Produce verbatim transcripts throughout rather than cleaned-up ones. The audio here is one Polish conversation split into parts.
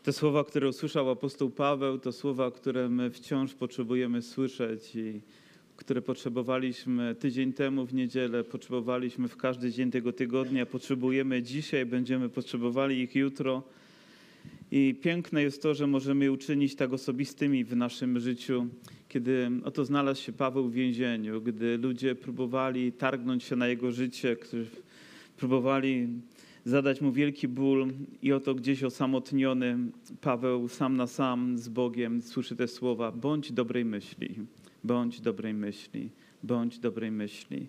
Te słowa, które usłyszał apostoł Paweł, to słowa, które my wciąż potrzebujemy słyszeć i które potrzebowaliśmy tydzień temu w niedzielę, potrzebowaliśmy w każdy dzień tego tygodnia, potrzebujemy dzisiaj, będziemy potrzebowali ich jutro. I piękne jest to, że możemy je uczynić tak osobistymi w naszym życiu, kiedy oto znalazł się Paweł w więzieniu, gdy ludzie próbowali targnąć się na jego życie, którzy próbowali zadać mu wielki ból i oto gdzieś osamotniony Paweł sam na sam z Bogiem słyszy te słowa: bądź dobrej myśli, bądź dobrej myśli, bądź dobrej myśli.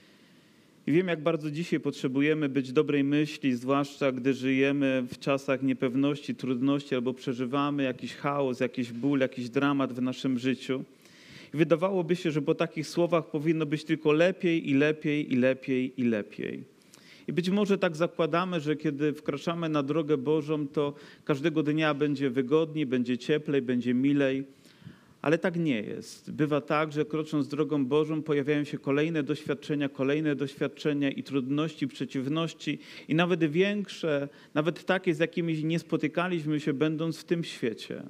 I wiem, jak bardzo dzisiaj potrzebujemy być dobrej myśli, zwłaszcza gdy żyjemy w czasach niepewności, trudności albo przeżywamy jakiś chaos, jakiś ból, jakiś dramat w naszym życiu. I wydawałoby się, że po takich słowach powinno być tylko lepiej i lepiej i lepiej i lepiej. I być może tak zakładamy, że kiedy wkraczamy na drogę Bożą, to każdego dnia będzie wygodniej, będzie cieplej, będzie milej. Ale tak nie jest. Bywa tak, że krocząc drogą Bożą pojawiają się kolejne doświadczenia, kolejne doświadczenia i trudności, przeciwności i nawet większe, nawet takie, z jakimi nie spotykaliśmy się, będąc w tym świecie.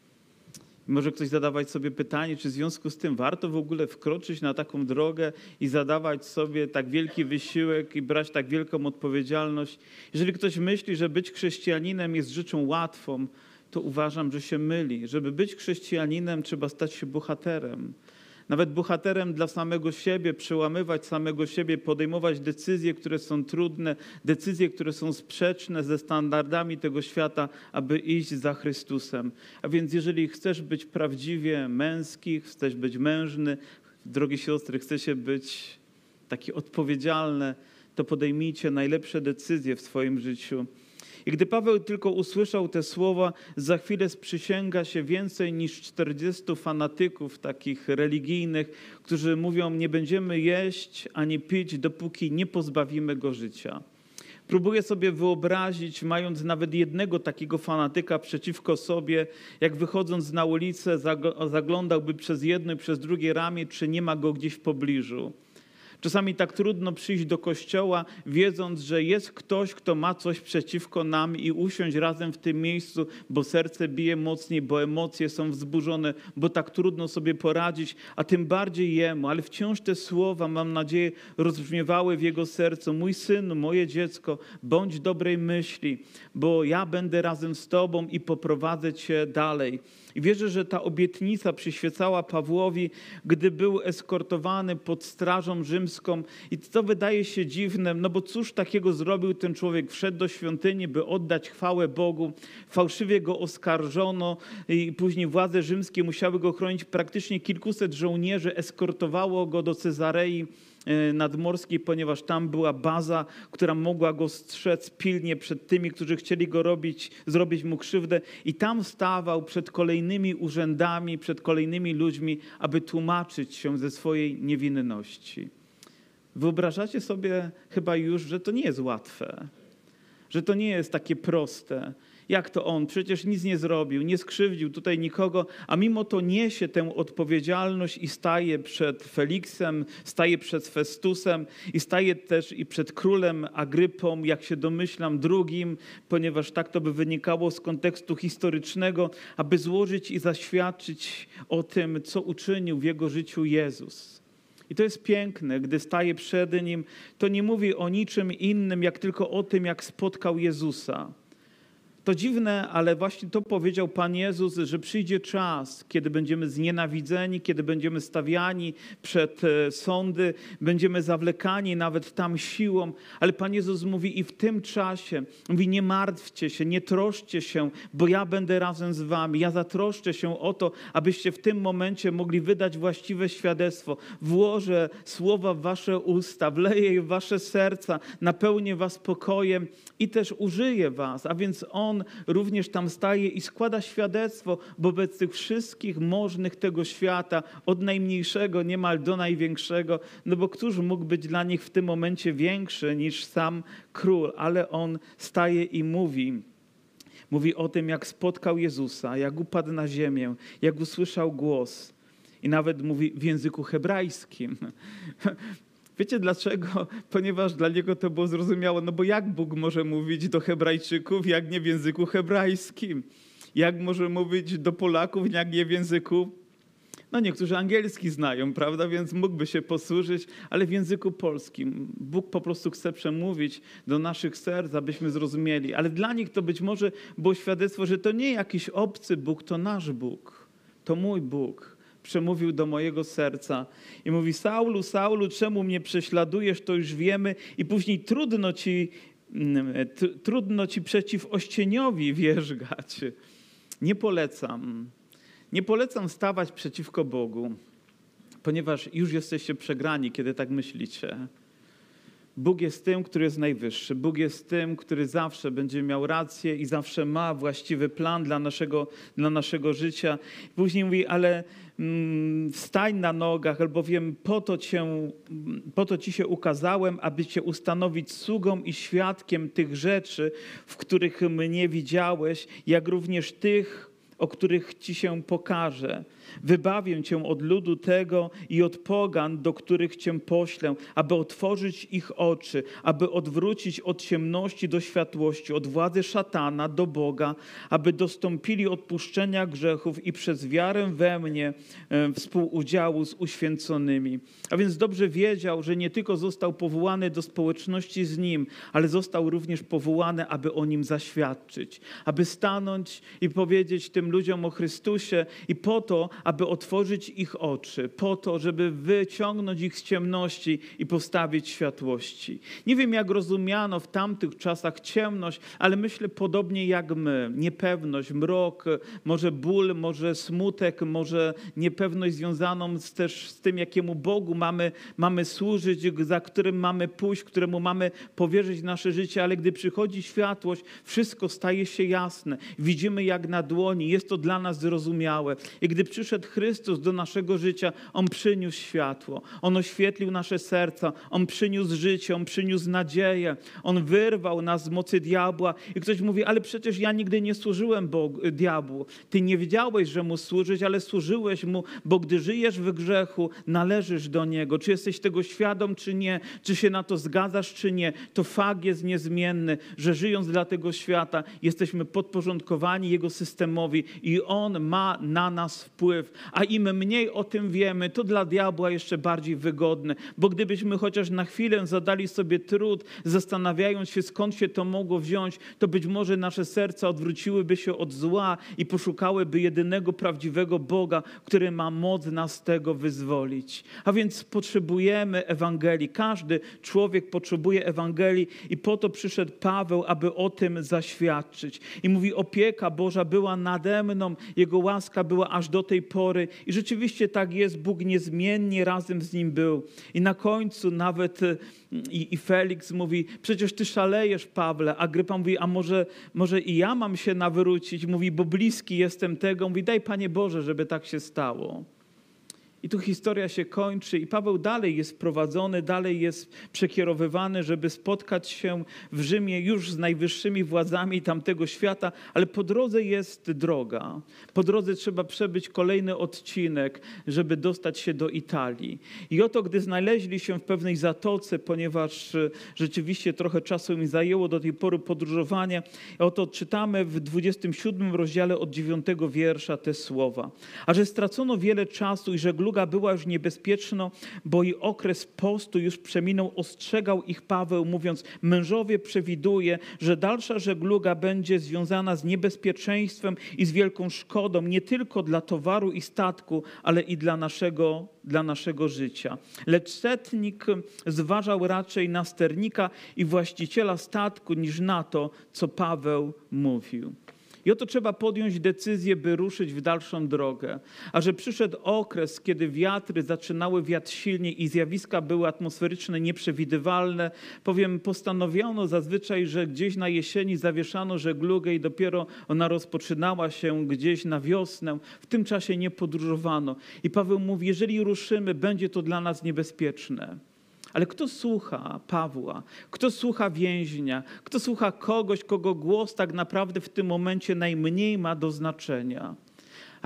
Może ktoś zadawać sobie pytanie, czy w związku z tym warto w ogóle wkroczyć na taką drogę i zadawać sobie tak wielki wysiłek i brać tak wielką odpowiedzialność. Jeżeli ktoś myśli, że być chrześcijaninem jest rzeczą łatwą, to uważam, że się myli. Żeby być chrześcijaninem, trzeba stać się bohaterem. Nawet bohaterem dla samego siebie, przełamywać samego siebie, podejmować decyzje, które są trudne, decyzje, które są sprzeczne ze standardami tego świata, aby iść za Chrystusem. A więc jeżeli chcesz być prawdziwie męski, chcesz być mężny, drogie siostry, chcecie być takie odpowiedzialne, to podejmijcie najlepsze decyzje w swoim życiu. I gdy Paweł tylko usłyszał te słowa, za chwilę sprzysięga się więcej niż czterdziestu fanatyków takich religijnych, którzy mówią: nie będziemy jeść ani pić, dopóki nie pozbawimy go życia. Próbuję sobie wyobrazić, mając nawet jednego takiego fanatyka przeciwko sobie, jak wychodząc na ulicę zaglądałby przez jedno i przez drugie ramię, czy nie ma go gdzieś w pobliżu. Czasami tak trudno przyjść do kościoła, wiedząc, że jest ktoś, kto ma coś przeciwko nam i usiąść razem w tym miejscu, bo serce bije mocniej, bo emocje są wzburzone, bo tak trudno sobie poradzić, a tym bardziej jemu. Ale wciąż te słowa, mam nadzieję, rozbrzmiewały w jego sercu: mój synu, moje dziecko, bądź dobrej myśli, bo ja będę razem z tobą i poprowadzę cię dalej. I wierzę, że ta obietnica przyświecała Pawłowi, gdy był eskortowany pod strażą rzymską. I to wydaje się dziwne, no bo cóż takiego zrobił ten człowiek? Wszedł do świątyni, by oddać chwałę Bogu. Fałszywie go oskarżono i później władze rzymskie musiały go chronić. Praktycznie kilkuset żołnierzy eskortowało go do Cezarei Nadmorskiej, ponieważ tam była baza, która mogła go strzec pilnie przed tymi, którzy chcieli go robić, zrobić mu krzywdę. I tam stawał przed kolejnymi urzędami, przed kolejnymi ludźmi, aby tłumaczyć się ze swojej niewinności. Wyobrażacie sobie chyba już, że to nie jest łatwe, że to nie jest takie proste. Jak to on? Przecież nic nie zrobił, nie skrzywdził tutaj nikogo, a mimo to niesie tę odpowiedzialność i staje przed Feliksem, staje przed Festusem i staje też i przed królem Agrypą, jak się domyślam, drugim, ponieważ tak to by wynikało z kontekstu historycznego, aby złożyć i zaświadczyć o tym, co uczynił w jego życiu Jezus. I to jest piękne, gdy staje przed nim, to nie mówi o niczym innym, jak tylko o tym, jak spotkał Jezusa. To dziwne, ale właśnie to powiedział Pan Jezus, że przyjdzie czas, kiedy będziemy znienawidzeni, kiedy będziemy stawiani przed sądy, będziemy zawlekani nawet tam siłą, ale Pan Jezus mówi: i w tym czasie, mówi: nie martwcie się, nie troszcie się, bo ja będę razem z wami. Ja zatroszczę się o to, abyście w tym momencie mogli wydać właściwe świadectwo. Włożę słowa w wasze usta, wleję je w wasze serca, napełnię was pokojem i też użyję was. A więc On również tam staje i składa świadectwo wobec tych wszystkich możnych tego świata, od najmniejszego niemal do największego, no bo któż mógł być dla nich w tym momencie większy niż sam król, ale on staje i mówi. Mówi o tym, jak spotkał Jezusa, jak upadł na ziemię, jak usłyszał głos i nawet mówi w języku hebrajskim. Wiecie dlaczego? Ponieważ dla niego to było zrozumiałe. No bo jak Bóg może mówić do Hebrajczyków, jak nie w języku hebrajskim? Jak może mówić do Polaków, jak nie w języku? No niektórzy angielski znają, prawda, więc mógłby się posłużyć, ale w języku polskim. Bóg po prostu chce przemówić do naszych serc, abyśmy zrozumieli. Ale dla nich to być może było świadectwo, że to nie jakiś obcy Bóg, to nasz Bóg, to mój Bóg. Przemówił do mojego serca i mówi: Saulu, Saulu, czemu mnie prześladujesz, to już wiemy. I później trudno ci, trudno ci przeciw ościeniowi wierzgać. Nie polecam. Nie polecam stawać przeciwko Bogu, ponieważ już jesteście przegrani, kiedy tak myślicie. Bóg jest tym, który jest najwyższy. Bóg jest tym, który zawsze będzie miał rację i zawsze ma właściwy plan dla naszego, dla naszego życia. Później mówi: ale mm, stań na nogach, albowiem po to, cię, po to ci się ukazałem, aby cię ustanowić sługą i świadkiem tych rzeczy, w których mnie widziałeś, jak również tych, o których ci się pokażę. Wybawię cię od ludu tego i od pogan, do których cię poślę, aby otworzyć ich oczy, aby odwrócić od ciemności do światłości, od władzy szatana do Boga, aby dostąpili odpuszczenia grzechów i przez wiarę we mnie e, współudziału z uświęconymi. A więc dobrze wiedział, że nie tylko został powołany do społeczności z Nim, ale został również powołany, aby o Nim zaświadczyć, aby stanąć i powiedzieć tym ludziom o Chrystusie i po to, aby otworzyć ich oczy, po to, żeby wyciągnąć ich z ciemności i postawić światłości. Nie wiem, jak rozumiano w tamtych czasach ciemność, ale myślę podobnie jak my. Niepewność, mrok, może ból, może smutek, może niepewność związaną z, też z tym, jakiemu Bogu mamy, mamy służyć, za którym mamy pójść, któremu mamy powierzyć nasze życie, ale gdy przychodzi światłość, wszystko staje się jasne. Widzimy jak na dłoni, jest to dla nas zrozumiałe. I gdy przyszedł Chrystus do naszego życia, On przyniósł światło, On oświetlił nasze serca, On przyniósł życie, On przyniósł nadzieję, On wyrwał nas z mocy diabła. I ktoś mówi: ale przecież ja nigdy nie służyłem Bogu, diabłu. Ty nie wiedziałeś, że Mu służyć, ale służyłeś Mu, bo gdy żyjesz w grzechu, należysz do Niego. Czy jesteś tego świadom, czy nie, czy się na to zgadzasz, czy nie, to fakt jest niezmienny, że żyjąc dla tego świata, jesteśmy podporządkowani Jego systemowi i On ma na nas wpływ. A im mniej o tym wiemy, to dla diabła jeszcze bardziej wygodne, bo gdybyśmy chociaż na chwilę zadali sobie trud, zastanawiając się, skąd się to mogło wziąć, to być może nasze serca odwróciłyby się od zła i poszukałyby jedynego prawdziwego Boga, który ma moc nas z tego wyzwolić. A więc potrzebujemy Ewangelii. Każdy człowiek potrzebuje Ewangelii i po to przyszedł Paweł, aby o tym zaświadczyć. I mówi: opieka Boża była nade mną, Jego łaska była aż do tej pory. I rzeczywiście tak jest, Bóg niezmiennie razem z nim był. I na końcu nawet i, i Felix mówi: przecież ty szalejesz, Pawle. Agrypa mówi: a może, może i ja mam się nawrócić? Mówi: bo bliski jestem tego. Mówi: daj Panie Boże, żeby tak się stało. I tu historia się kończy i Paweł dalej jest prowadzony, dalej jest przekierowywany, żeby spotkać się w Rzymie już z najwyższymi władzami tamtego świata, ale po drodze jest droga. Po drodze trzeba przebyć kolejny odcinek, żeby dostać się do Italii. I oto, gdy znaleźli się w pewnej zatoce, ponieważ rzeczywiście trochę czasu im zajęło do tej pory podróżowanie, oto czytamy w dwudziestym siódmym rozdziale od dziewiątego wiersza te słowa. A że stracono wiele czasu i żegluga była już niebezpieczna, bo i okres postu już przeminął, ostrzegał ich Paweł, mówiąc: mężowie, przewiduję, że dalsza żegluga będzie związana z niebezpieczeństwem i z wielką szkodą, nie tylko dla towaru i statku, ale i dla naszego, dla naszego życia. Lecz setnik zważał raczej na sternika i właściciela statku, niż na to, co Paweł mówił. I oto trzeba podjąć decyzję, by ruszyć w dalszą drogę. A że przyszedł okres, kiedy wiatry zaczynały wiać silniej i zjawiska były atmosferyczne nieprzewidywalne, powiem, postanowiono zazwyczaj, że gdzieś na jesieni zawieszano żeglugę i dopiero ona rozpoczynała się gdzieś na wiosnę. W tym czasie nie podróżowano. I Paweł mówi: jeżeli ruszymy, będzie to dla nas niebezpieczne. Ale kto słucha Pawła? Kto słucha więźnia? Kto słucha kogoś, kogo głos tak naprawdę w tym momencie najmniej ma do znaczenia?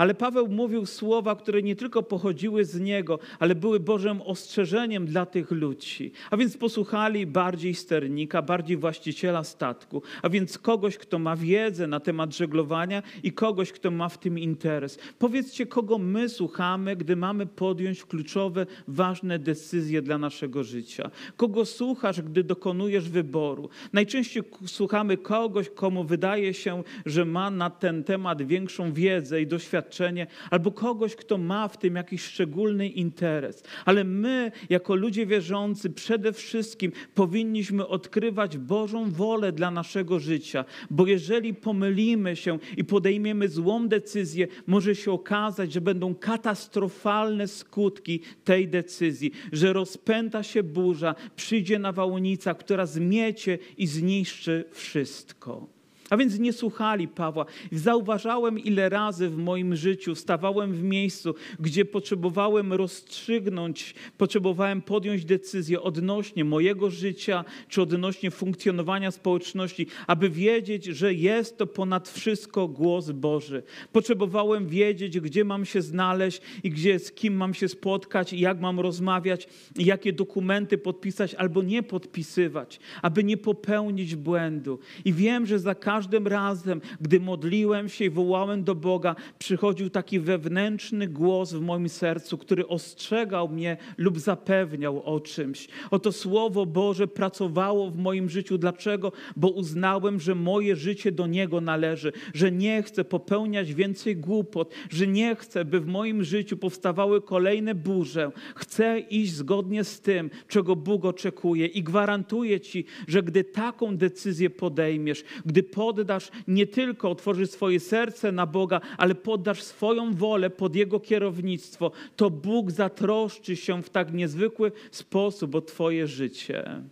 Ale Paweł mówił słowa, które nie tylko pochodziły z niego, ale były Bożym ostrzeżeniem dla tych ludzi. A więc posłuchali bardziej sternika, bardziej właściciela statku, a więc kogoś, kto ma wiedzę na temat żeglowania i kogoś, kto ma w tym interes. Powiedzcie, kogo my słuchamy, gdy mamy podjąć kluczowe, ważne decyzje dla naszego życia. Kogo słuchasz, gdy dokonujesz wyboru. Najczęściej słuchamy kogoś, komu wydaje się, że ma na ten temat większą wiedzę i doświadczenie, albo kogoś, kto ma w tym jakiś szczególny interes. Ale my, jako ludzie wierzący, przede wszystkim powinniśmy odkrywać Bożą wolę dla naszego życia, bo jeżeli pomylimy się i podejmiemy złą decyzję, może się okazać, że będą katastrofalne skutki tej decyzji, że rozpęta się burza, przyjdzie nawałnica, która zmiecie i zniszczy wszystko. A więc nie słuchali Pawła. Zauważałem, ile razy w moim życiu stawałem w miejscu, gdzie potrzebowałem rozstrzygnąć, potrzebowałem podjąć decyzję odnośnie mojego życia, czy odnośnie funkcjonowania społeczności, aby wiedzieć, że jest to ponad wszystko głos Boży. Potrzebowałem wiedzieć, gdzie mam się znaleźć i gdzie, z kim mam się spotkać i jak mam rozmawiać i jakie dokumenty podpisać albo nie podpisywać, aby nie popełnić błędu. I wiem, że za każdym Każdym razem, gdy modliłem się i wołałem do Boga, przychodził taki wewnętrzny głos w moim sercu, który ostrzegał mnie lub zapewniał o czymś. Oto Słowo Boże pracowało w moim życiu. Dlaczego? Bo uznałem, że moje życie do Niego należy, że nie chcę popełniać więcej głupot, że nie chcę, by w moim życiu powstawały kolejne burze. Chcę iść zgodnie z tym, czego Bóg oczekuje i gwarantuję Ci, że gdy taką decyzję podejmiesz, gdy podejmiesz poddasz, nie tylko otworzysz swoje serce na Boga, ale poddasz swoją wolę pod Jego kierownictwo, to Bóg zatroszczy się w tak niezwykły sposób o Twoje życie.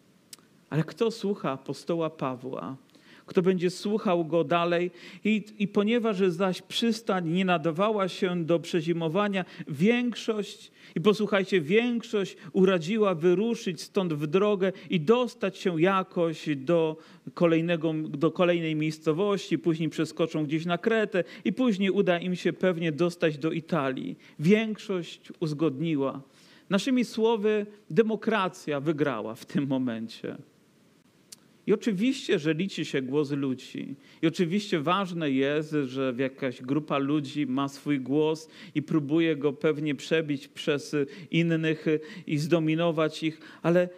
Ale kto słucha apostoła Pawła? Kto będzie słuchał go dalej? I, i ponieważ zaś przystań nie nadawała się do przezimowania, większość, i posłuchajcie, większość uradziła wyruszyć stąd w drogę i dostać się jakoś do, kolejnego, do kolejnej miejscowości, później przeskoczą gdzieś na Kretę i później uda im się pewnie dostać do Italii. Większość uzgodniła. Naszymi słowy, demokracja wygrała w tym momencie. I oczywiście, że liczy się głos ludzi. I oczywiście ważne jest, że jakaś grupa ludzi ma swój głos i próbuje go pewnie przebić przez innych i zdominować ich, ale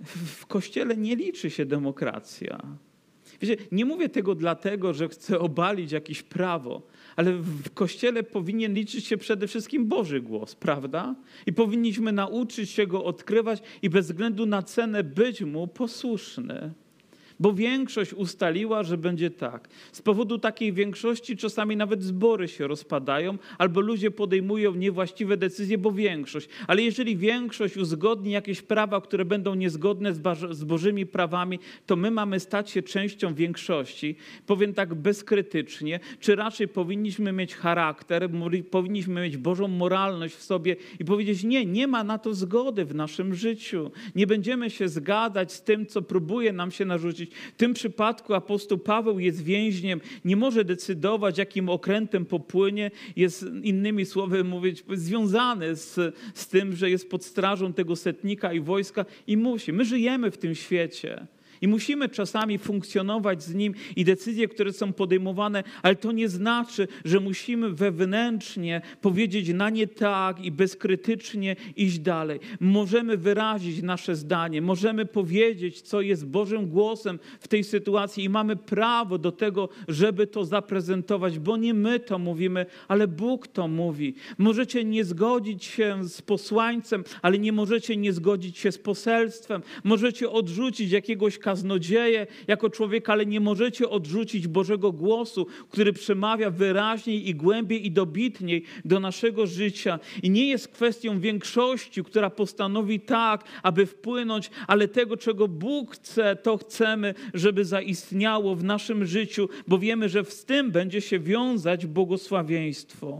w Kościele nie liczy się demokracja. Wiecie, nie mówię tego dlatego, że chcę obalić jakieś prawo, ale w Kościele powinien liczyć się przede wszystkim Boży głos, prawda? I powinniśmy nauczyć się go odkrywać i bez względu na cenę być mu posłuszny. Bo większość ustaliła, że będzie tak. Z powodu takiej większości czasami nawet zbory się rozpadają albo ludzie podejmują niewłaściwe decyzje, bo większość. Ale jeżeli większość uzgodni jakieś prawa, które będą niezgodne z, z Bożymi prawami, to my mamy stać się częścią większości. Powiem tak bezkrytycznie, czy raczej powinniśmy mieć charakter, powinniśmy mieć Bożą moralność w sobie i powiedzieć nie, nie ma na to zgody w naszym życiu. Nie będziemy się zgadzać z tym, co próbuje nam się narzucić. W tym przypadku apostoł Paweł jest więźniem, nie może decydować, jakim okrętem popłynie, jest innymi słowy mówić związany z, z tym, że jest pod strażą tego setnika i wojska i musi. My żyjemy w tym świecie. I musimy czasami funkcjonować z nim i decyzje, które są podejmowane, ale to nie znaczy, że musimy wewnętrznie powiedzieć na nie tak i bezkrytycznie iść dalej. Możemy wyrazić nasze zdanie, możemy powiedzieć, co jest Bożym głosem w tej sytuacji i mamy prawo do tego, żeby to zaprezentować, bo nie my to mówimy, ale Bóg to mówi. Możecie nie zgodzić się z posłańcem, ale nie możecie nie zgodzić się z poselstwem. Możecie odrzucić jakiegoś kaznodzieję jako człowieka, ale nie możecie odrzucić Bożego głosu, który przemawia wyraźniej i głębiej i dobitniej do naszego życia. I nie jest kwestią większości, która postanowi tak, aby wpłynąć, ale tego, czego Bóg chce, to chcemy, żeby zaistniało w naszym życiu, bo wiemy, że z tym będzie się wiązać błogosławieństwo.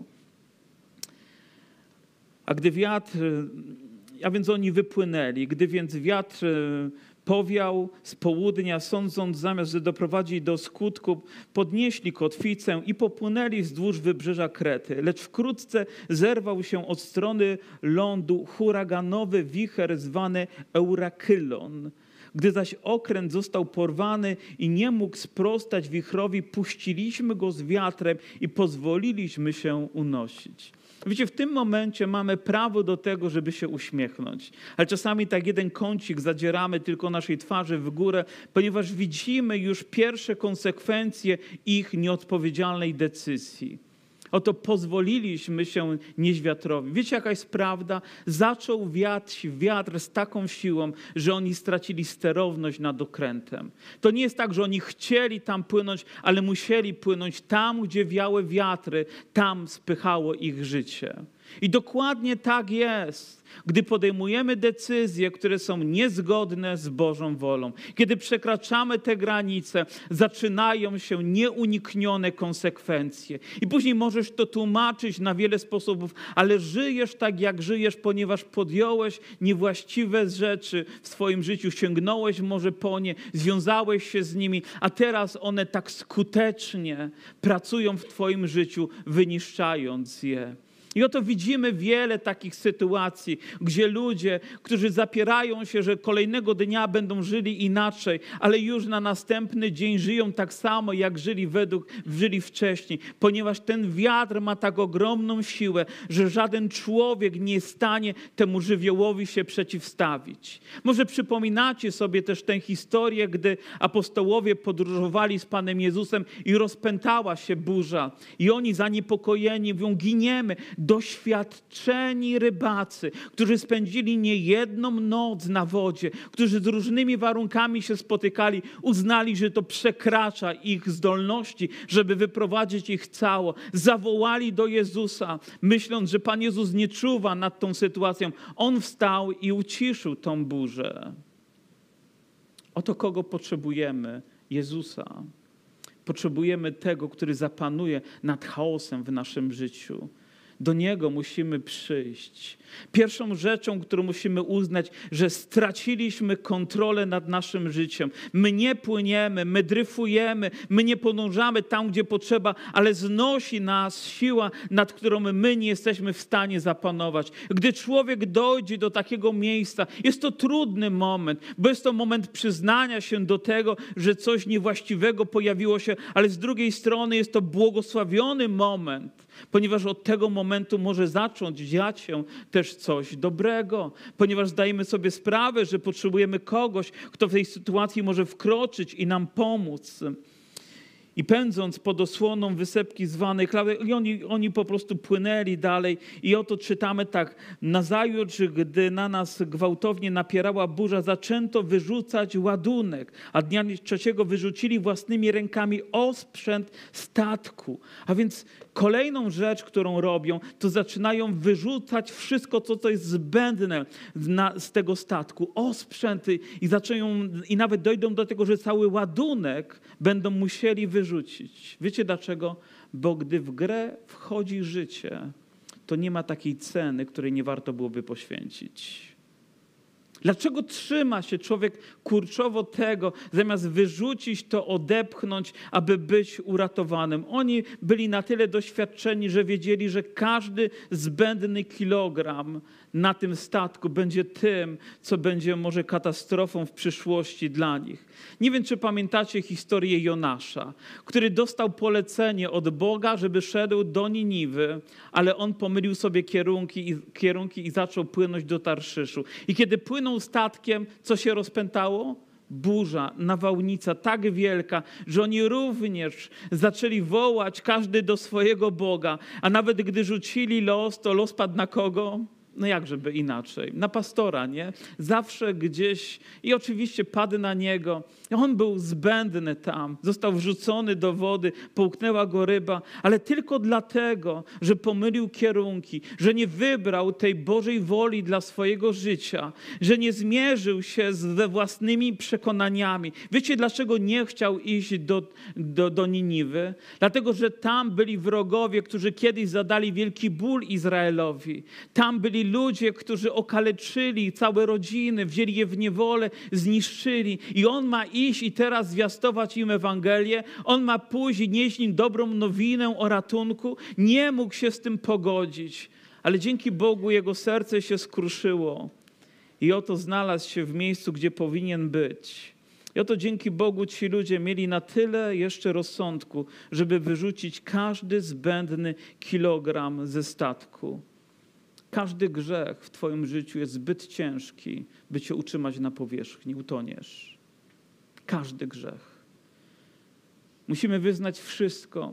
A gdy wiatr, a więc oni wypłynęli, gdy więc wiatr powiał z południa, sądząc zamiast, że doprowadzi do skutku, podnieśli kotwicę i popłynęli wzdłuż wybrzeża Krety. Lecz wkrótce zerwał się od strony lądu huraganowy wicher zwany Eurakylon. Gdy zaś okręt został porwany i nie mógł sprostać wichrowi, puściliśmy go z wiatrem i pozwoliliśmy się unosić. Wiecie, w tym momencie mamy prawo do tego, żeby się uśmiechnąć. Ale czasami tak jeden kącik zadzieramy tylko naszej twarzy w górę, ponieważ widzimy już pierwsze konsekwencje ich nieodpowiedzialnej decyzji. Oto pozwoliliśmy się nieść wiatrowi. Wiecie, jaka jest prawda? Zaczął wiać wiatr z taką siłą, że oni stracili sterowność nad okrętem. To nie jest tak, że oni chcieli tam płynąć, ale musieli płynąć tam, gdzie wiały wiatry, tam spychało ich życie. I dokładnie tak jest, gdy podejmujemy decyzje, które są niezgodne z Bożą wolą. Kiedy przekraczamy te granice, zaczynają się nieuniknione konsekwencje. I później możesz to tłumaczyć na wiele sposobów, ale żyjesz tak, jak żyjesz, ponieważ podjąłeś niewłaściwe rzeczy w swoim życiu, sięgnąłeś może po nie, związałeś się z nimi, a teraz one tak skutecznie pracują w twoim życiu, wyniszczając je. I oto widzimy wiele takich sytuacji, gdzie ludzie, którzy zapierają się, że kolejnego dnia będą żyli inaczej, ale już na następny dzień żyją tak samo, jak żyli według, żyli wcześniej, ponieważ ten wiatr ma tak ogromną siłę, że żaden człowiek nie jest w stanie temu żywiołowi się przeciwstawić. Może przypominacie sobie też tę historię, gdy apostołowie podróżowali z Panem Jezusem i rozpętała się burza i oni zaniepokojeni mówią, giniemy. Doświadczeni rybacy, którzy spędzili niejedną noc na wodzie, którzy z różnymi warunkami się spotykali, uznali, że to przekracza ich zdolności, żeby wyprowadzić ich cało. Zawołali do Jezusa, myśląc, że Pan Jezus nie czuwa nad tą sytuacją. On wstał i uciszył tą burzę. Oto kogo potrzebujemy? Jezusa. Potrzebujemy tego, który zapanuje nad chaosem w naszym życiu. Do Niego musimy przyjść. Pierwszą rzeczą, którą musimy uznać, że straciliśmy kontrolę nad naszym życiem. My nie płyniemy, my dryfujemy, my nie podążamy tam, gdzie potrzeba, ale znosi nas siła, nad którą my nie jesteśmy w stanie zapanować. Gdy człowiek dojdzie do takiego miejsca, jest to trudny moment, bo jest to moment przyznania się do tego, że coś niewłaściwego pojawiło się, ale z drugiej strony jest to błogosławiony moment, ponieważ od tego momentu może zacząć dziać się też coś dobrego, ponieważ zdajemy sobie sprawę, że potrzebujemy kogoś, kto w tej sytuacji może wkroczyć i nam pomóc. I pędząc pod osłoną wysepki zwanej Klaudy, i oni, oni po prostu płynęli dalej. I oto czytamy tak. Nazajutrz, gdy na nas gwałtownie napierała burza, zaczęto wyrzucać ładunek, a dnia trzeciego wyrzucili własnymi rękami osprzęt statku. A więc kolejną rzecz, którą robią, to zaczynają wyrzucać wszystko, co to jest zbędne na, z tego statku. Osprzęty i zaczynają, i nawet dojdą do tego, że cały ładunek będą musieli wyrzucić. Wyrzucić. Wiecie dlaczego? Bo gdy w grę wchodzi życie, to nie ma takiej ceny, której nie warto byłoby poświęcić. Dlaczego trzyma się człowiek kurczowo tego, zamiast wyrzucić to, odepchnąć, aby być uratowanym? Oni byli na tyle doświadczeni, że wiedzieli, że każdy zbędny kilogram na tym statku będzie tym, co będzie może katastrofą w przyszłości dla nich. Nie wiem, czy pamiętacie historię Jonasza, który dostał polecenie od Boga, żeby szedł do Niniwy, ale on pomylił sobie kierunki i, kierunki i zaczął płynąć do Tarszyszu. I kiedy płynął statkiem, co się rozpętało? Burza, nawałnica tak wielka, że oni również zaczęli wołać każdy do swojego Boga, a nawet gdy rzucili los, to los padł na kogo? No jak żeby inaczej? Na pastora, nie? Zawsze gdzieś i oczywiście padł na niego. On był zbędny tam, został wrzucony do wody, połknęła go ryba, ale tylko dlatego, że pomylił kierunki, że nie wybrał tej Bożej woli dla swojego życia, że nie zmierzył się ze własnymi przekonaniami. Wiecie, dlaczego nie chciał iść do, do, do Niniwy? Dlatego, że tam byli wrogowie, którzy kiedyś zadali wielki ból Izraelowi. Tam byli byli ludzie, którzy okaleczyli całe rodziny, wzięli je w niewolę, zniszczyli. I on ma iść i teraz zwiastować im Ewangelię. On ma pójść i nieść im dobrą nowinę o ratunku. Nie mógł się z tym pogodzić. Ale dzięki Bogu jego serce się skruszyło. I oto znalazł się w miejscu, gdzie powinien być. I oto dzięki Bogu ci ludzie mieli na tyle jeszcze rozsądku, żeby wyrzucić każdy zbędny kilogram ze statku. Każdy grzech w twoim życiu jest zbyt ciężki, by cię utrzymać na powierzchni, utoniesz. Każdy grzech. Musimy wyznać wszystko,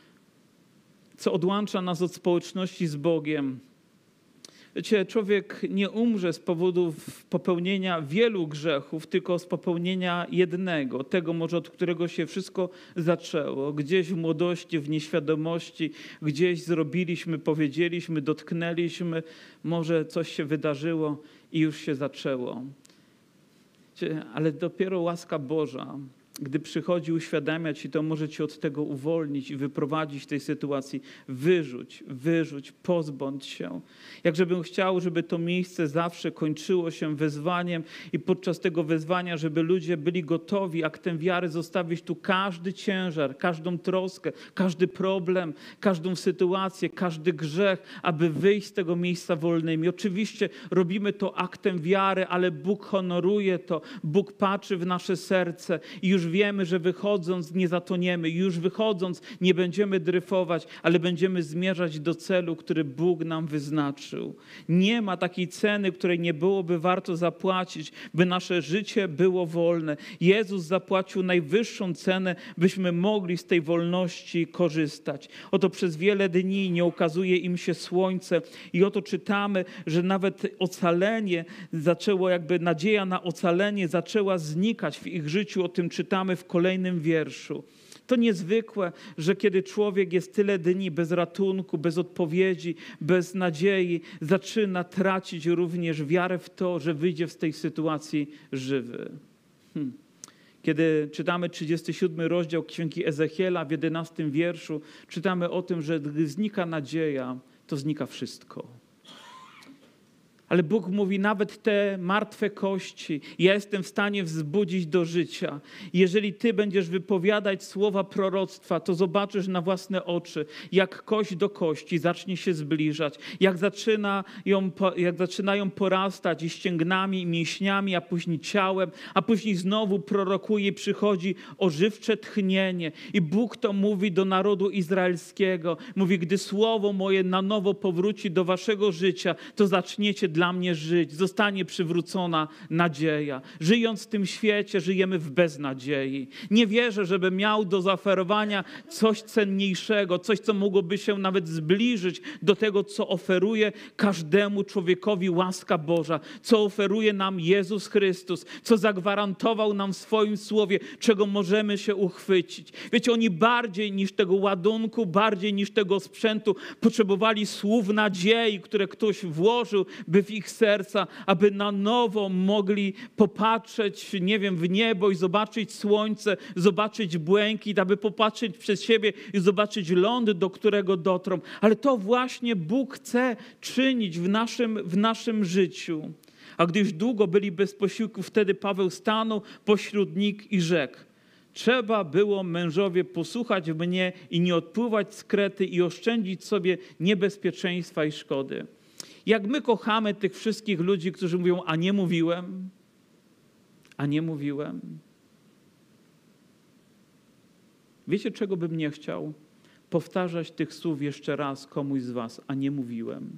co odłącza nas od społeczności z Bogiem. Wiecie, człowiek nie umrze z powodu popełnienia wielu grzechów, tylko z popełnienia jednego, tego może, od którego się wszystko zaczęło. Gdzieś w młodości, w nieświadomości, gdzieś zrobiliśmy, powiedzieliśmy, dotknęliśmy, może coś się wydarzyło i już się zaczęło. Wiecie, ale dopiero łaska Boża, gdy przychodzi uświadamiać ci to, może cię od tego uwolnić i wyprowadzić z tej sytuacji. Wyrzuć, wyrzuć, pozbądź się. Jakżebym chciał, żeby to miejsce zawsze kończyło się wezwaniem i podczas tego wezwania, żeby ludzie byli gotowi aktem wiary zostawić tu każdy ciężar, każdą troskę, każdy problem, każdą sytuację, każdy grzech, aby wyjść z tego miejsca wolnymi. Oczywiście robimy to aktem wiary, ale Bóg honoruje to. Bóg patrzy w nasze serce i już wiemy, że wychodząc nie zatoniemy, już wychodząc nie będziemy dryfować, ale będziemy zmierzać do celu, który Bóg nam wyznaczył. Nie ma takiej ceny, której nie byłoby warto zapłacić, by nasze życie było wolne. Jezus zapłacił najwyższą cenę, byśmy mogli z tej wolności korzystać. Oto przez wiele dni nie ukazuje im się słońce i oto czytamy, że nawet ocalenie zaczęło, jakby nadzieja na ocalenie zaczęła znikać w ich życiu. O tym czytamy w kolejnym wierszu. To niezwykłe, że kiedy człowiek jest tyle dni bez ratunku, bez odpowiedzi, bez nadziei, zaczyna tracić również wiarę w to, że wyjdzie z tej sytuacji żywy. Hmm. Kiedy czytamy trzydziesty siódmy rozdział Księgi Ezechiela w jedenastym wierszu, czytamy o tym, że gdy znika nadzieja, to znika wszystko. Ale Bóg mówi, nawet te martwe kości ja jestem w stanie wzbudzić do życia. Jeżeli ty będziesz wypowiadać słowa proroctwa, to zobaczysz na własne oczy, jak kość do kości zacznie się zbliżać, jak, zaczyna ją, jak zaczynają porastać i ścięgnami, i mięśniami, a później ciałem, a później znowu prorokuje, przychodzi ożywcze tchnienie. I Bóg to mówi do narodu izraelskiego. Mówi, gdy słowo moje na nowo powróci do waszego życia, to zaczniecie dla mnie żyć, zostanie przywrócona nadzieja. Żyjąc w tym świecie, żyjemy w beznadziei. Nie wierzę, żeby miał do zaoferowania coś cenniejszego, coś, co mogłoby się nawet zbliżyć do tego, co oferuje każdemu człowiekowi łaska Boża, co oferuje nam Jezus Chrystus, co zagwarantował nam w swoim słowie, czego możemy się uchwycić. Wiecie, oni bardziej niż tego ładunku, bardziej niż tego sprzętu potrzebowali słów nadziei, które ktoś włożył, by w ich serca, aby na nowo mogli popatrzeć, nie wiem, w niebo i zobaczyć słońce, zobaczyć błękit, aby popatrzeć przed siebie i zobaczyć ląd, do którego dotrą. Ale to właśnie Bóg chce czynić w naszym, w naszym życiu. A gdy już długo byli bez posiłku, wtedy Paweł stanął pośród nich i rzekł: trzeba było, mężowie, posłuchać mnie i nie odpływać z Krety i oszczędzić sobie niebezpieczeństwa i szkody. Jak my kochamy tych wszystkich ludzi, którzy mówią, a nie mówiłem, a nie mówiłem. Wiecie, czego bym nie chciał? Powtarzać tych słów jeszcze raz komuś z was, a nie mówiłem.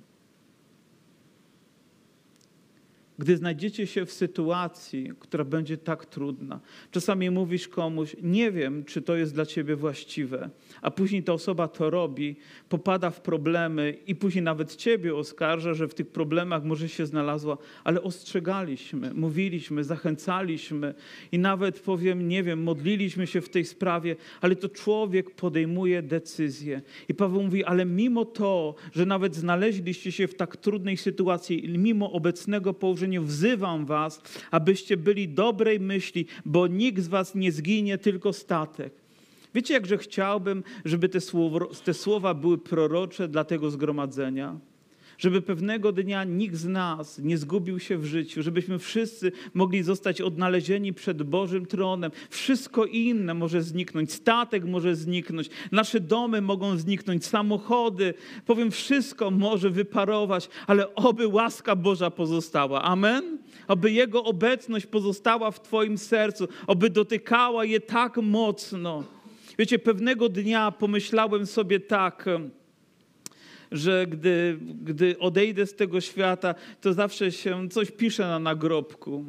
Gdy znajdziecie się w sytuacji, która będzie tak trudna, czasami mówisz komuś, nie wiem, czy to jest dla ciebie właściwe, a później ta osoba to robi, popada w problemy i później nawet ciebie oskarża, że w tych problemach może się znalazła, ale ostrzegaliśmy, mówiliśmy, zachęcaliśmy i nawet powiem, nie wiem, modliliśmy się w tej sprawie, ale to człowiek podejmuje decyzję. I Paweł mówi, ale mimo to, że nawet znaleźliście się w tak trudnej sytuacji, mimo obecnego położenia, wzywam was, abyście byli dobrej myśli, bo nikt z was nie zginie, tylko statek. Wiecie, jakże chciałbym, żeby te słowa, te słowa były prorocze dla tego zgromadzenia? żeby pewnego dnia nikt z nas nie zgubił się w życiu, żebyśmy wszyscy mogli zostać odnalezieni przed Bożym tronem. Wszystko inne może zniknąć, statek może zniknąć, nasze domy mogą zniknąć, samochody, powiem, wszystko może wyparować, ale oby łaska Boża pozostała. Amen? Oby Jego obecność pozostała w twoim sercu, oby dotykała je tak mocno. Wiecie, pewnego dnia pomyślałem sobie tak, że gdy, gdy odejdę z tego świata, to zawsze się coś pisze na nagrobku.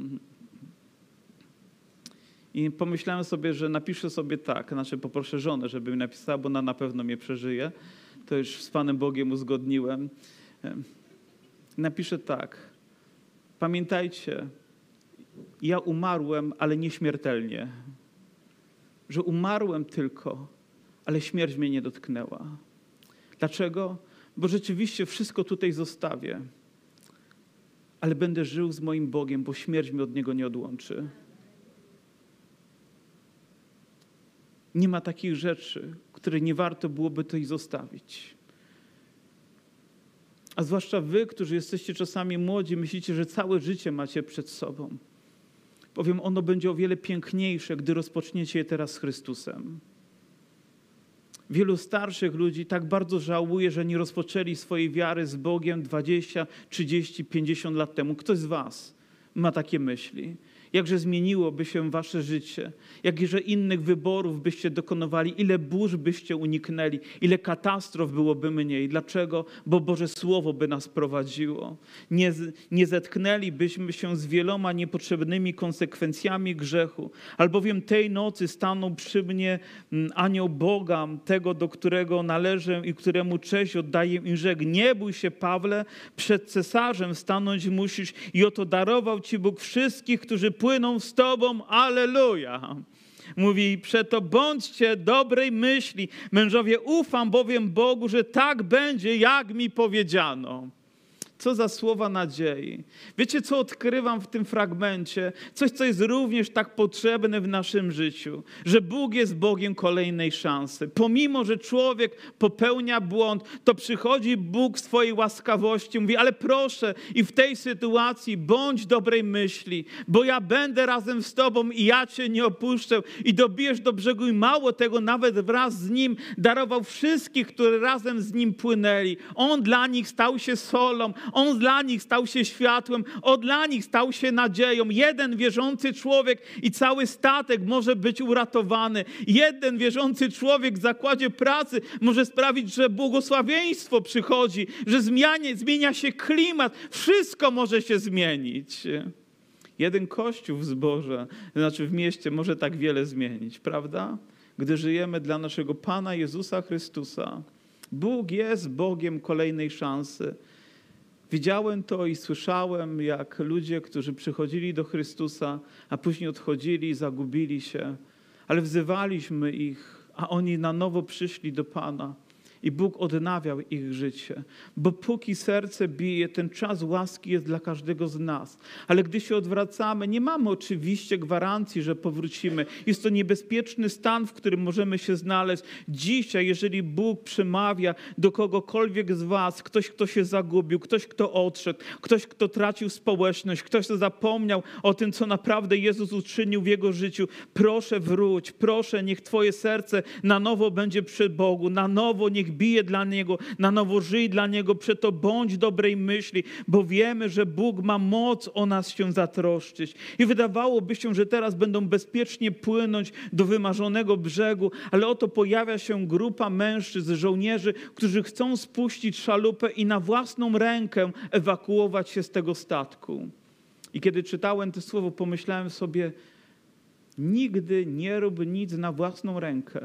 I pomyślałem sobie, że napiszę sobie tak, znaczy poproszę żonę, żeby mi napisała, bo ona na pewno mnie przeżyje. To już z Panem Bogiem uzgodniłem. Napiszę tak. Pamiętajcie, ja umarłem, ale nieśmiertelnie. Że umarłem tylko, ale śmierć mnie nie dotknęła. Dlaczego? Bo rzeczywiście wszystko tutaj zostawię, ale będę żył z moim Bogiem, bo śmierć mnie od Niego nie odłączy. Nie ma takich rzeczy, które nie warto byłoby tutaj zostawić. A zwłaszcza wy, którzy jesteście czasami młodzi, myślicie, że całe życie macie przed sobą. Powiem, ono będzie o wiele piękniejsze, gdy rozpoczniecie je teraz z Chrystusem. Wielu starszych ludzi tak bardzo żałuje, że nie rozpoczęli swojej wiary z Bogiem dwadzieścia, trzydzieści, pięćdziesiąt lat temu. Ktoś z was ma takie myśli? Jakże zmieniłoby się wasze życie, jakże innych wyborów byście dokonywali, ile burz byście uniknęli, ile katastrof byłoby mniej. Dlaczego? Bo Boże Słowo by nas prowadziło. Nie, nie zetknęlibyśmy się z wieloma niepotrzebnymi konsekwencjami grzechu, albowiem tej nocy stanął przy mnie anioł Boga, tego, do którego należę i któremu cześć oddaję i rzekł: nie bój się, Pawle, przed cesarzem stanąć musisz i oto darował ci Bóg wszystkich, którzy płyną z tobą, alleluja. Mówi, przeto bądźcie dobrej myśli. Mężowie, ufam bowiem Bogu, że tak będzie, jak mi powiedziano. Co za słowa nadziei. Wiecie, co odkrywam w tym fragmencie? Coś, co jest również tak potrzebne w naszym życiu. Że Bóg jest Bogiem kolejnej szansy. Pomimo, że człowiek popełnia błąd, to przychodzi Bóg w swojej łaskawości. Mówi, ale proszę i w tej sytuacji bądź dobrej myśli, bo ja będę razem z tobą i ja cię nie opuszczę i dobijesz do brzegu. I mało tego, nawet wraz z nim darował wszystkich, którzy razem z nim płynęli. On dla nich stał się solą. On dla nich stał się światłem, on dla nich stał się nadzieją. Jeden wierzący człowiek i cały statek może być uratowany. Jeden wierzący człowiek w zakładzie pracy może sprawić, że błogosławieństwo przychodzi, że zmienia, zmienia się klimat. Wszystko może się zmienić. Jeden kościół w zborze, znaczy w mieście, może tak wiele zmienić, prawda? Gdy żyjemy dla naszego Pana Jezusa Chrystusa. Bóg jest Bogiem kolejnej szansy. Widziałem to i słyszałem, jak ludzie, którzy przychodzili do Chrystusa, a później odchodzili, zagubili się, ale wzywaliśmy ich, a oni na nowo przyszli do Pana. I Bóg odnawiał ich życie. Bo póki serce bije, ten czas łaski jest dla każdego z nas. Ale gdy się odwracamy, nie mamy oczywiście gwarancji, że powrócimy. Jest to niebezpieczny stan, w którym możemy się znaleźć. Dzisiaj, jeżeli Bóg przemawia do kogokolwiek z was, ktoś, kto się zagubił, ktoś, kto odszedł, ktoś, kto tracił społeczność, ktoś, kto zapomniał o tym, co naprawdę Jezus uczynił w jego życiu, proszę wróć, proszę, niech twoje serce na nowo będzie przy Bogu, na nowo niech bije dla Niego, na nowo żyj dla Niego, przeto bądź dobrej myśli, bo wiemy, że Bóg ma moc o nas się zatroszczyć. I wydawałoby się, że teraz będą bezpiecznie płynąć do wymarzonego brzegu, ale oto pojawia się grupa mężczyzn, żołnierzy, którzy chcą spuścić szalupę i na własną rękę ewakuować się z tego statku. I kiedy czytałem to słowo, pomyślałem sobie, nigdy nie rób nic na własną rękę.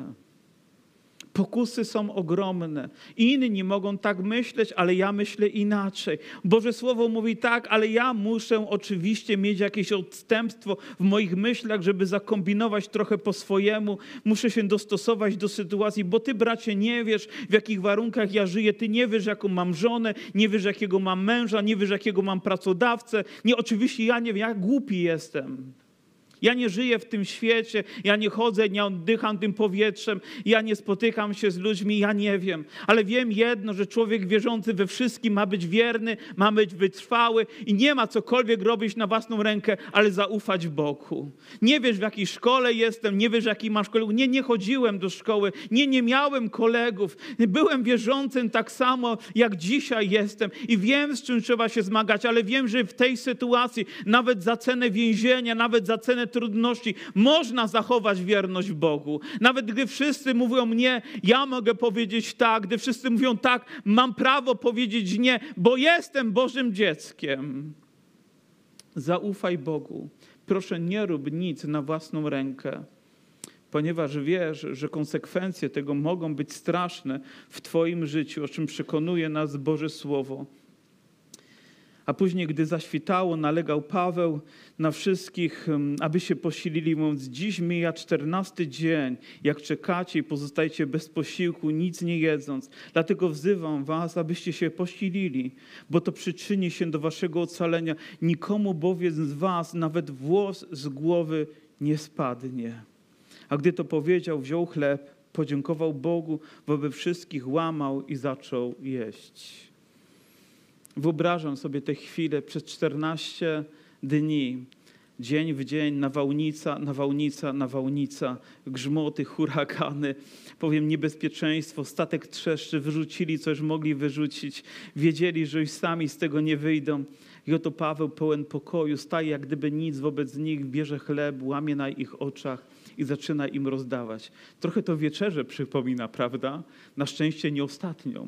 Pokusy są ogromne. Inni mogą tak myśleć, ale ja myślę inaczej. Boże Słowo mówi tak, ale ja muszę oczywiście mieć jakieś odstępstwo w moich myślach, żeby zakombinować trochę po swojemu. Muszę się dostosować do sytuacji, bo ty, bracie, nie wiesz, w jakich warunkach ja żyję. Ty nie wiesz, jaką mam żonę, nie wiesz, jakiego mam męża, nie wiesz, jakiego mam pracodawcę. Nie, oczywiście ja nie wiem, jak głupi jestem. Ja nie żyję w tym świecie, ja nie chodzę, nie oddycham tym powietrzem, ja nie spotykam się z ludźmi, ja nie wiem. Ale wiem jedno, że człowiek wierzący we wszystkim ma być wierny, ma być wytrwały i nie ma cokolwiek robić na własną rękę, ale zaufać Bogu. Nie wiesz, w jakiej szkole jestem, nie wiesz, w jakiej masz kolegów. Nie, nie chodziłem do szkoły, nie, nie miałem kolegów. Byłem wierzącym tak samo, jak dzisiaj jestem i wiem, z czym trzeba się zmagać, ale wiem, że w tej sytuacji, nawet za cenę więzienia, nawet za cenę trudności, można zachować wierność Bogu. Nawet gdy wszyscy mówią nie, ja mogę powiedzieć tak. Gdy wszyscy mówią tak, mam prawo powiedzieć nie, bo jestem Bożym dzieckiem. Zaufaj Bogu. Proszę, nie rób nic na własną rękę, ponieważ wiesz, że konsekwencje tego mogą być straszne w twoim życiu, o czym przekonuje nas Boże Słowo. A później, gdy zaświtało, nalegał Paweł na wszystkich, aby się posilili, mówiąc, dziś mija czternasty dzień, jak czekacie i pozostajecie bez posiłku, nic nie jedząc. Dlatego wzywam was, abyście się posilili, bo to przyczyni się do waszego ocalenia. Nikomu bowiem z was nawet włos z głowy nie spadnie. A gdy to powiedział, wziął chleb, podziękował Bogu, wobec wszystkich łamał i zaczął jeść. Wyobrażam sobie tę chwilę przez czternaście dni, dzień w dzień, nawałnica, nawałnica, nawałnica, grzmoty, huragany, powiem niebezpieczeństwo, statek trzeszczy, wyrzucili coś, mogli wyrzucić, wiedzieli, że już sami z tego nie wyjdą. I oto Paweł pełen pokoju staje jak gdyby nic wobec nich, bierze chleb, łamie na ich oczach i zaczyna im rozdawać. Trochę to wieczerzę przypomina, prawda? Na szczęście nie ostatnią.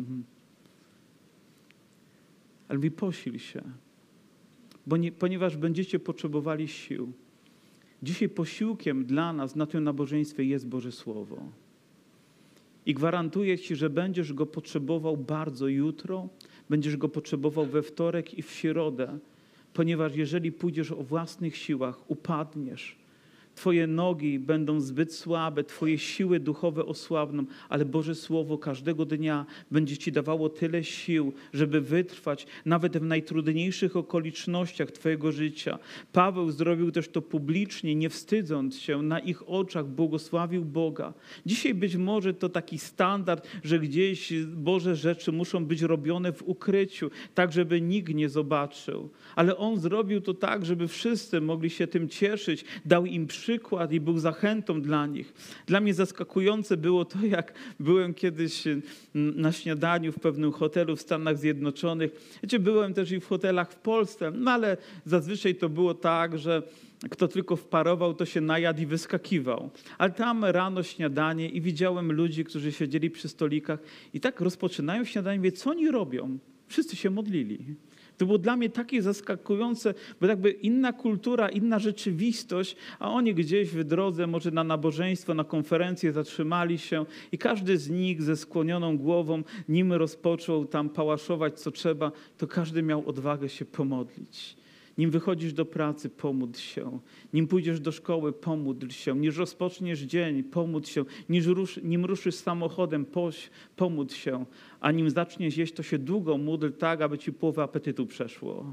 Ale mówi, posil się, bo nie, ponieważ będziecie potrzebowali sił. Dzisiaj posiłkiem dla nas na tym nabożeństwie jest Boże Słowo. I gwarantuję ci, że będziesz go potrzebował bardzo jutro, będziesz go potrzebował we wtorek i w środę, ponieważ jeżeli pójdziesz o własnych siłach, upadniesz. Twoje nogi będą zbyt słabe, twoje siły duchowe osłabną, ale Boże Słowo każdego dnia będzie ci dawało tyle sił, żeby wytrwać nawet w najtrudniejszych okolicznościach twojego życia. Paweł zrobił też to publicznie, nie wstydząc się, na ich oczach błogosławił Boga. Dzisiaj być może to taki standard, że gdzieś Boże rzeczy muszą być robione w ukryciu, tak żeby nikt nie zobaczył. Ale on zrobił to tak, żeby wszyscy mogli się tym cieszyć, dał im przykład i był zachętą dla nich. Dla mnie zaskakujące było to, jak byłem kiedyś na śniadaniu w pewnym hotelu w Stanach Zjednoczonych. Wiecie, byłem też i w hotelach w Polsce, no ale zazwyczaj to było tak, że kto tylko wparował, to się najadł i wyskakiwał. Ale tam rano śniadanie i widziałem ludzi, którzy siedzieli przy stolikach i tak rozpoczynają śniadanie, wie, co oni robią? Wszyscy się modlili. To było dla mnie takie zaskakujące, bo jakby inna kultura, inna rzeczywistość, a oni gdzieś w drodze, może na nabożeństwo, na konferencję zatrzymali się i każdy z nich ze skłonioną głową, nim rozpoczął tam pałaszować co trzeba, to każdy miał odwagę się pomodlić. Nim wychodzisz do pracy, pomódl się. Nim pójdziesz do szkoły, pomódl się. Nim rozpoczniesz dzień, pomódl się. Nim, rusz, nim ruszysz samochodem, poś, pomódl się. A nim zaczniesz jeść, to się długo módl tak, aby ci połowę apetytu przeszło.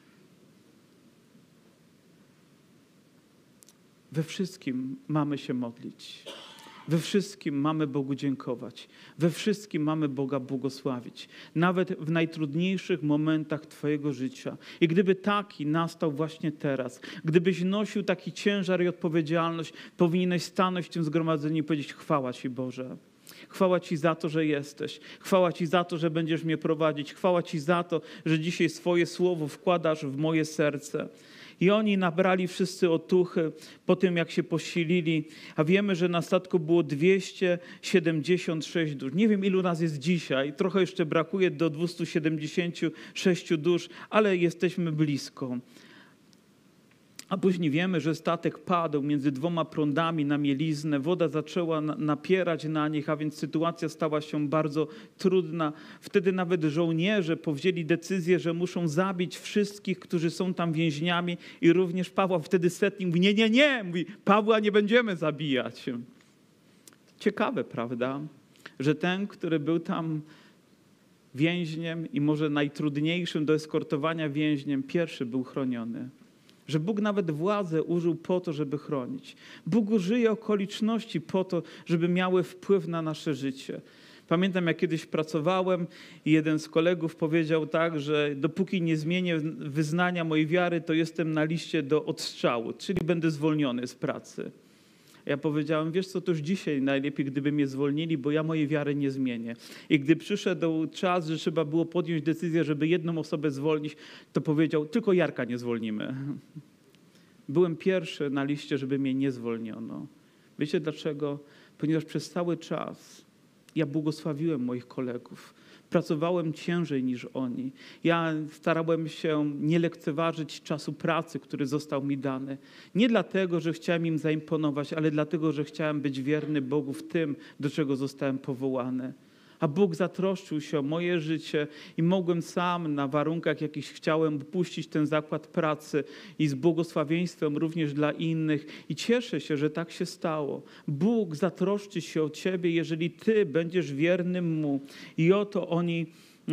We wszystkim mamy się modlić. We wszystkim mamy Bogu dziękować. We wszystkim mamy Boga błogosławić. Nawet w najtrudniejszych momentach twojego życia. I gdyby taki nastał właśnie teraz, gdybyś nosił taki ciężar i odpowiedzialność, powinieneś stanąć w tym zgromadzeniu i powiedzieć: chwała Ci, Boże. Chwała Ci za to, że jesteś. Chwała Ci za to, że będziesz mnie prowadzić. Chwała Ci za to, że dzisiaj swoje słowo wkładasz w moje serce. I oni nabrali wszyscy otuchy po tym, jak się posilili. A wiemy, że na statku było dwieście siedemdziesiąt sześć dusz. Nie wiem, ilu nas jest dzisiaj. Trochę jeszcze brakuje do dwieście siedemdziesiąt sześć dusz, ale jesteśmy blisko. A później wiemy, że statek padł między dwoma prądami na mieliznę. Woda zaczęła napierać na nich, a więc sytuacja stała się bardzo trudna. Wtedy nawet żołnierze powzięli decyzję, że muszą zabić wszystkich, którzy są tam więźniami. I również Pawła wtedy setnik mówi: nie, nie, nie. Mówi: Pawła nie będziemy zabijać. Ciekawe, prawda? Że ten, który był tam więźniem i może najtrudniejszym do eskortowania więźniem, pierwszy był chroniony. że Bóg nawet władzę użył po to, żeby chronić. Bóg użyje okoliczności po to, żeby miały wpływ na nasze życie. Pamiętam, jak kiedyś pracowałem i jeden z kolegów powiedział tak, że dopóki nie zmienię wyznania mojej wiary, to jestem na liście do odstrzału, czyli będę zwolniony z pracy. Ja powiedziałem, wiesz co, to już dzisiaj najlepiej, gdyby mnie zwolnili, bo ja mojej wiary nie zmienię. I gdy przyszedł czas, że trzeba było podjąć decyzję, żeby jedną osobę zwolnić, to powiedział, tylko Jarka nie zwolnimy. Byłem pierwszy na liście, żeby mnie nie zwolniono. Wiecie dlaczego? Ponieważ przez cały czas ja błogosławiłem moich kolegów. Pracowałem ciężej niż oni. Ja starałem się nie lekceważyć czasu pracy, który został mi dany. Nie dlatego, że chciałem im zaimponować, ale dlatego, że chciałem być wierny Bogu w tym, do czego zostałem powołany. A Bóg zatroszczył się o moje życie i mogłem sam na warunkach, jakich chciałem, opuścić ten zakład pracy i z błogosławieństwem również dla innych. I cieszę się, że tak się stało. Bóg zatroszczy się o ciebie, jeżeli ty będziesz wiernym Mu. I oto oni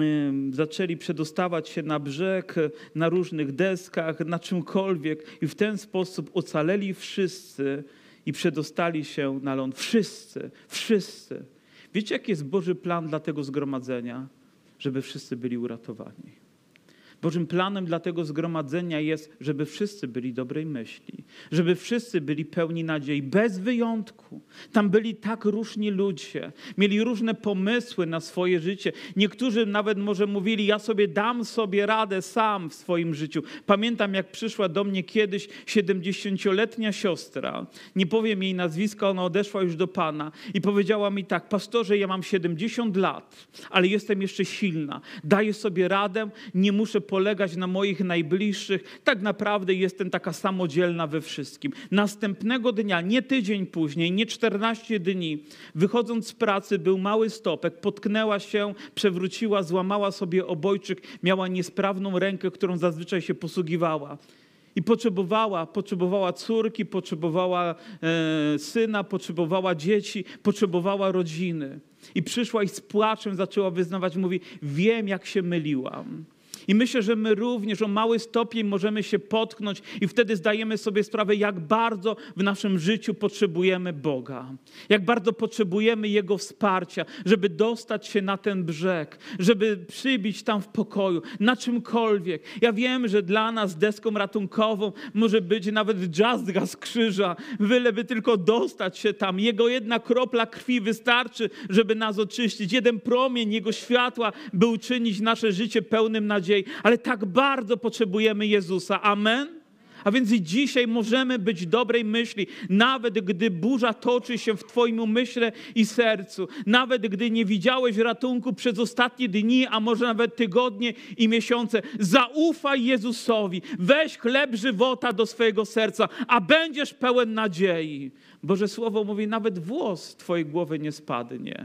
zaczęli przedostawać się na brzeg, na różnych deskach, na czymkolwiek. I w ten sposób ocaleli wszyscy i przedostali się na ląd. Wszyscy, wszyscy. Wiecie, jaki jest Boży plan dla tego zgromadzenia? Żeby wszyscy byli uratowani. Bożym planem dla tego zgromadzenia jest, żeby wszyscy byli dobrej myśli, żeby wszyscy byli pełni nadziei, bez wyjątku. Tam byli tak różni ludzie, mieli różne pomysły na swoje życie. Niektórzy nawet może mówili, ja sobie dam sobie radę sam w swoim życiu. Pamiętam, jak przyszła do mnie kiedyś siedemdziesięcioletnia siostra, nie powiem jej nazwiska, ona odeszła już do Pana i powiedziała mi tak, pastorze, ja mam siedemdziesiąt lat, ale jestem jeszcze silna, daję sobie radę, nie muszę polegać na moich najbliższych. Tak naprawdę jestem taka samodzielna we wszystkim. Następnego dnia, nie tydzień później, nie czternaście dni, wychodząc z pracy, był mały stopek, potknęła się, przewróciła, złamała sobie obojczyk, miała niesprawną rękę, którą zazwyczaj się posługiwała. I potrzebowała, potrzebowała córki, potrzebowała e, syna, potrzebowała dzieci, potrzebowała rodziny. I przyszła i z płaczem zaczęła wyznawać, mówi, wiem, jak się myliłam. I myślę, że my również o mały stopień możemy się potknąć i wtedy zdajemy sobie sprawę, jak bardzo w naszym życiu potrzebujemy Boga. Jak bardzo potrzebujemy Jego wsparcia, żeby dostać się na ten brzeg, żeby przybić tam w pokoju, na czymkolwiek. Ja wiem, że dla nas deską ratunkową może być nawet dżazdga z krzyża, byleby tylko dostać się tam. Jego jedna kropla krwi wystarczy, żeby nas oczyścić. Jeden promień Jego światła, by uczynić nasze życie pełnym nadziei. Ale tak bardzo potrzebujemy Jezusa. Amen? A więc i dzisiaj możemy być dobrej myśli, nawet gdy burza toczy się w twoim umyśle i sercu, nawet gdy nie widziałeś ratunku przez ostatnie dni, a może nawet tygodnie i miesiące. Zaufaj Jezusowi, weź chleb żywota do swojego serca, a będziesz pełen nadziei. Boże Słowo mówi, nawet włos z twojej głowy nie spadnie.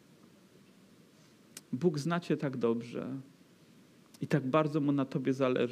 Bóg zna cię tak dobrze i tak bardzo Mu na tobie zależy.